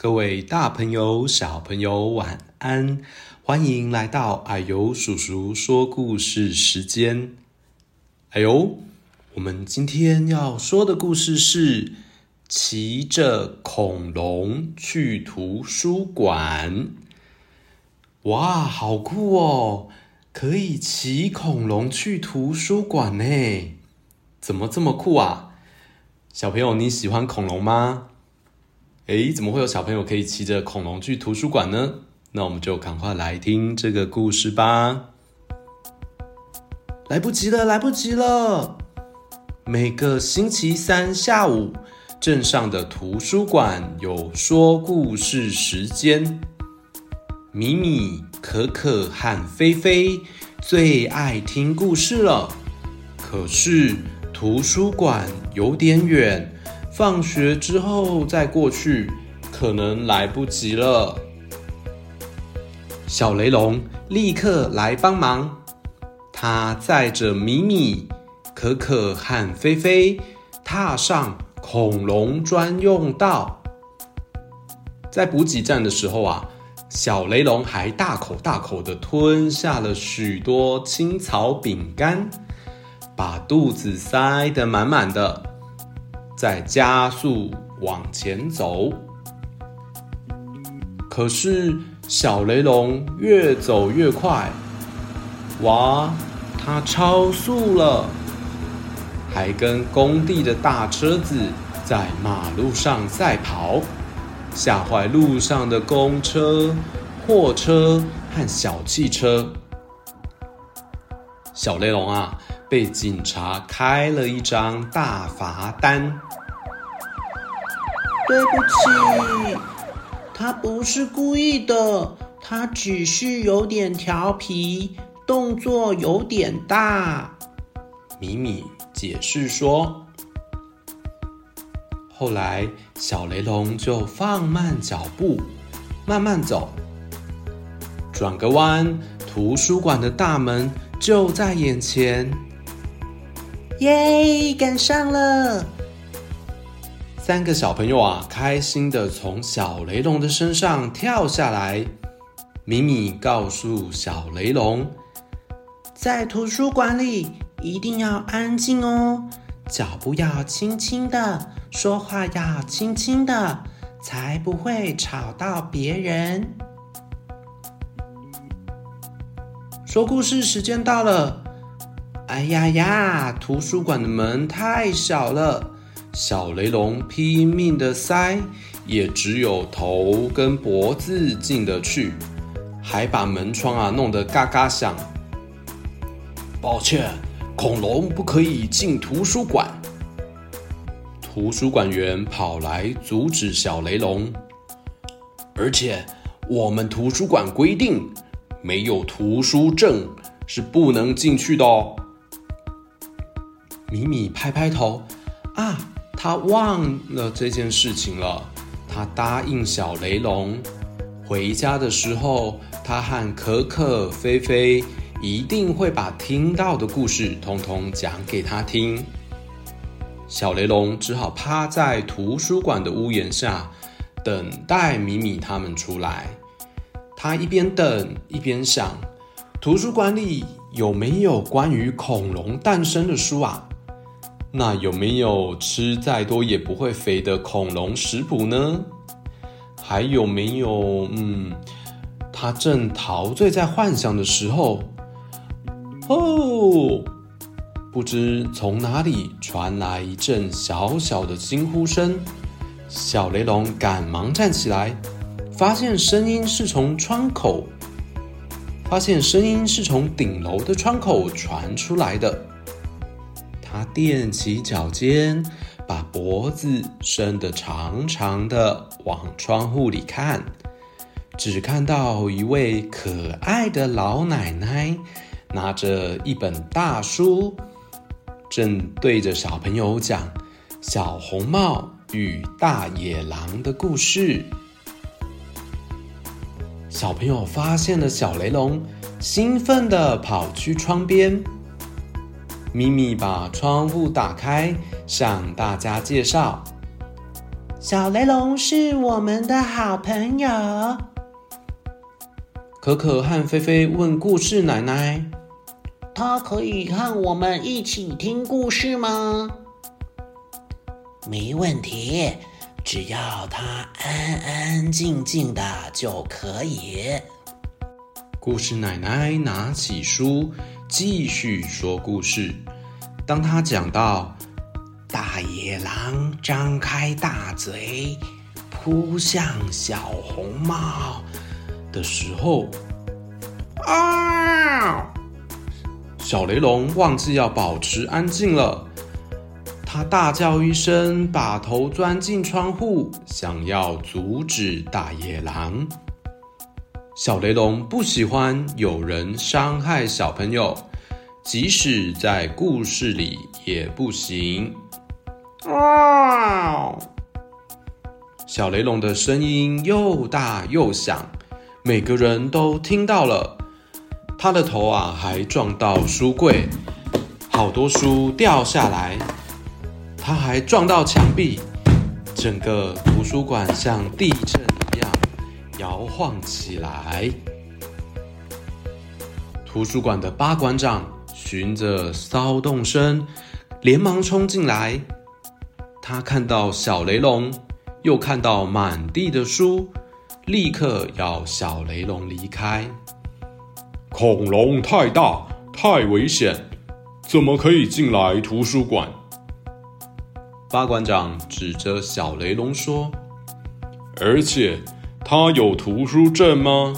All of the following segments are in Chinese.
各位大朋友、小朋友晚安，欢迎来到啊呦叔叔说故事时间。我们今天要说的故事是骑着恐龙去图书馆。哇，好酷哦，可以骑恐龙去图书馆呢，怎么这么酷啊？小朋友，你喜欢恐龙吗？怎么会有小朋友可以骑着恐龙去图书馆呢？那我们就赶快来听这个故事吧。来不及了！每个星期三下午，镇上的图书馆有说故事时间。米米、可可和菲菲最爱听故事了，可是图书馆有点远，放学之后再过去，可能来不及了。小雷龙立刻来帮忙，他载着米米、可可和菲菲踏上恐龙专用道。在补给站的时候小雷龙还大口大口地吞下了许多青草饼干，把肚子塞得满满的，再加速往前走。可是小雷龙越走越快，哇，它超速了，还跟工地的大车子在马路上赛跑，吓坏路上的公车、货车和小汽车。小雷龙被警察开了一张大罚单。 对不起，他不是故意的，他只是有点调皮，动作有点大。 米米解释说。后来小雷龙就放慢脚步，慢慢走。转个弯，图书馆的大门就在眼前。 耶，赶上了 ！3个小朋友开心地从小雷龙的身上跳下来。米米告诉小雷龙， 在图书馆里一定要安静哦，脚步要轻轻的，说话要轻轻的，才不会吵到别人。 说故事时间到了。哎呀，图书馆的门太小了，小雷龙拼命的塞，也只有头跟脖子进得去，还把门窗弄得嘎嘎响。抱歉，恐龙不可以进图书馆。图书馆员跑来阻止小雷龙，而且我们图书馆规定，没有图书证是不能进去的哦。米米拍拍头，他忘了这件事情了。他答应小雷龙，回家的时候，他和可可、菲菲一定会把听到的故事统统讲给他听。小雷龙只好趴在图书馆的屋檐下，等待米米他们出来。他一边等一边想，图书馆里有没有关于恐龙诞生的书那有没有吃再多也不会肥的恐龙食谱呢？还有没有他正陶醉在幻想的时候，不知从哪里传来一阵小小的惊呼声。小雷龙赶忙站起来，发现声音是从顶楼的窗口传出来的。他踮起脚尖，把脖子伸得长长的往窗户里看，只看到一位可爱的老奶奶拿着一本大书，正对着小朋友讲小红帽与大野狼的故事。小朋友发现了小雷龙，兴奋地跑去窗边。咪咪把窗户打开，向大家介绍， 小雷龙是我们的好朋友。 可可和菲菲问故事奶奶： 他可以和我们一起听故事吗？没问题，只要他安安静静的就可以。 故事奶奶拿起书继续说故事。当他讲到大野狼张开大嘴扑向小红帽的时候，小雷龙忘记要保持安静了，他大叫一声，把头钻进窗户，想要阻止大野狼。小雷龙不喜欢有人伤害小朋友，即使在故事里也不行。小雷龙的声音又大又响，每个人都听到了。他的头还撞到书柜，好多书掉下来。他还撞到墙壁，整个图书馆像地震一样摇晃起来。图书馆的巴馆长循着骚动声，连忙冲进来。他看到小雷龙，又看到满地的书，立刻要小雷龙离开。恐龙太大，太危险，怎么可以进来图书馆？巴馆长指着小雷龙说：而且他有图书证吗？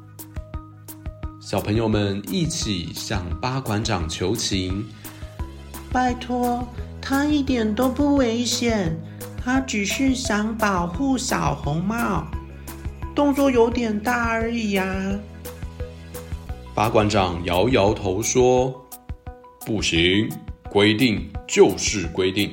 小朋友们一起向巴馆长求情： 拜托，他一点都不危险，他只是想保护小红帽，动作有点大而已啊。 巴馆长摇摇头说：不行，规定就是规定。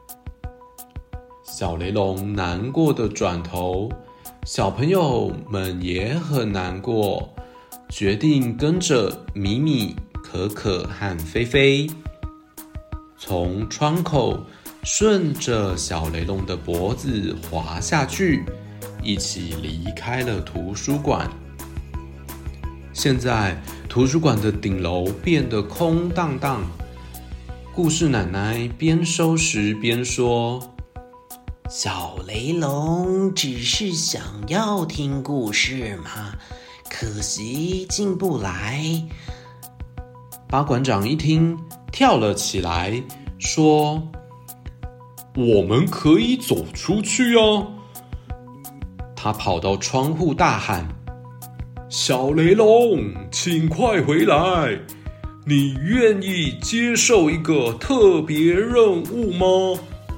小雷龙难过的转头，小朋友们也很难过，决定跟着米米、可可和菲菲，从窗口顺着小雷龙的脖子滑下去，一起离开了图书馆。现在图书馆的顶楼变得空荡荡，故事奶奶边收拾边说： 小雷龙只是想要听故事嘛，可惜进不来。 巴馆长一听跳了起来，说：我们可以走出去啊！他跑到窗户大喊：小雷龙，请快回来！你愿意接受一个特别任务吗？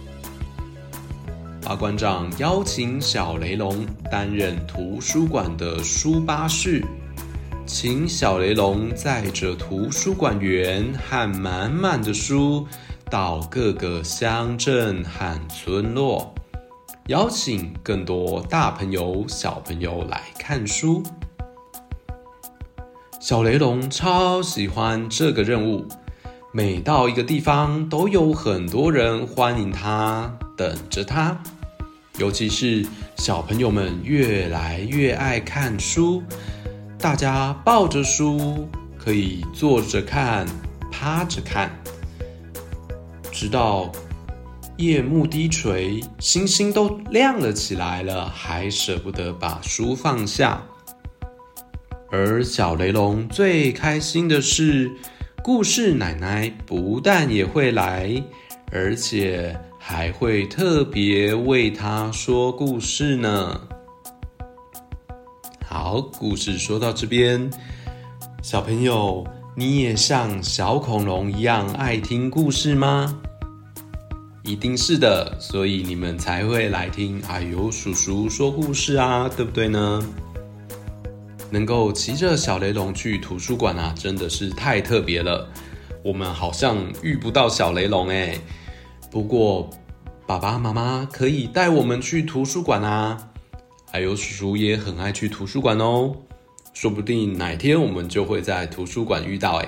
巴馆长邀请小雷龙担任图书馆的书巴士，请小雷龙载着图书馆员和满满的书到各个乡镇和村落，邀请更多大朋友小朋友来看书。小雷龙超喜欢这个任务，每到一个地方都有很多人欢迎他，等着他。尤其是小朋友们越来越爱看书，大家抱着书，可以坐着看，趴着看，直到夜幕低垂，星星都亮了起来了，还舍不得把书放下。而小雷龙最开心的是，故事奶奶不但也会来，而且还会特别为他说故事呢。好，故事说到这边，小朋友，你也像小恐龙一样爱听故事吗？一定是的，所以你们才会来听哎呦叔叔说故事啊，对不对呢？能够骑着小雷龙去图书馆啊，真的是太特别了。我们好像遇不到小雷龙耶。不过爸爸妈妈可以带我们去图书馆啊，还有叔叔也很爱去图书馆哦，说不定哪天我们就会在图书馆遇到耶。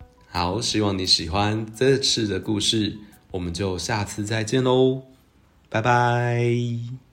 好，希望你喜欢这次的故事，我们就下次再见喽。 拜拜。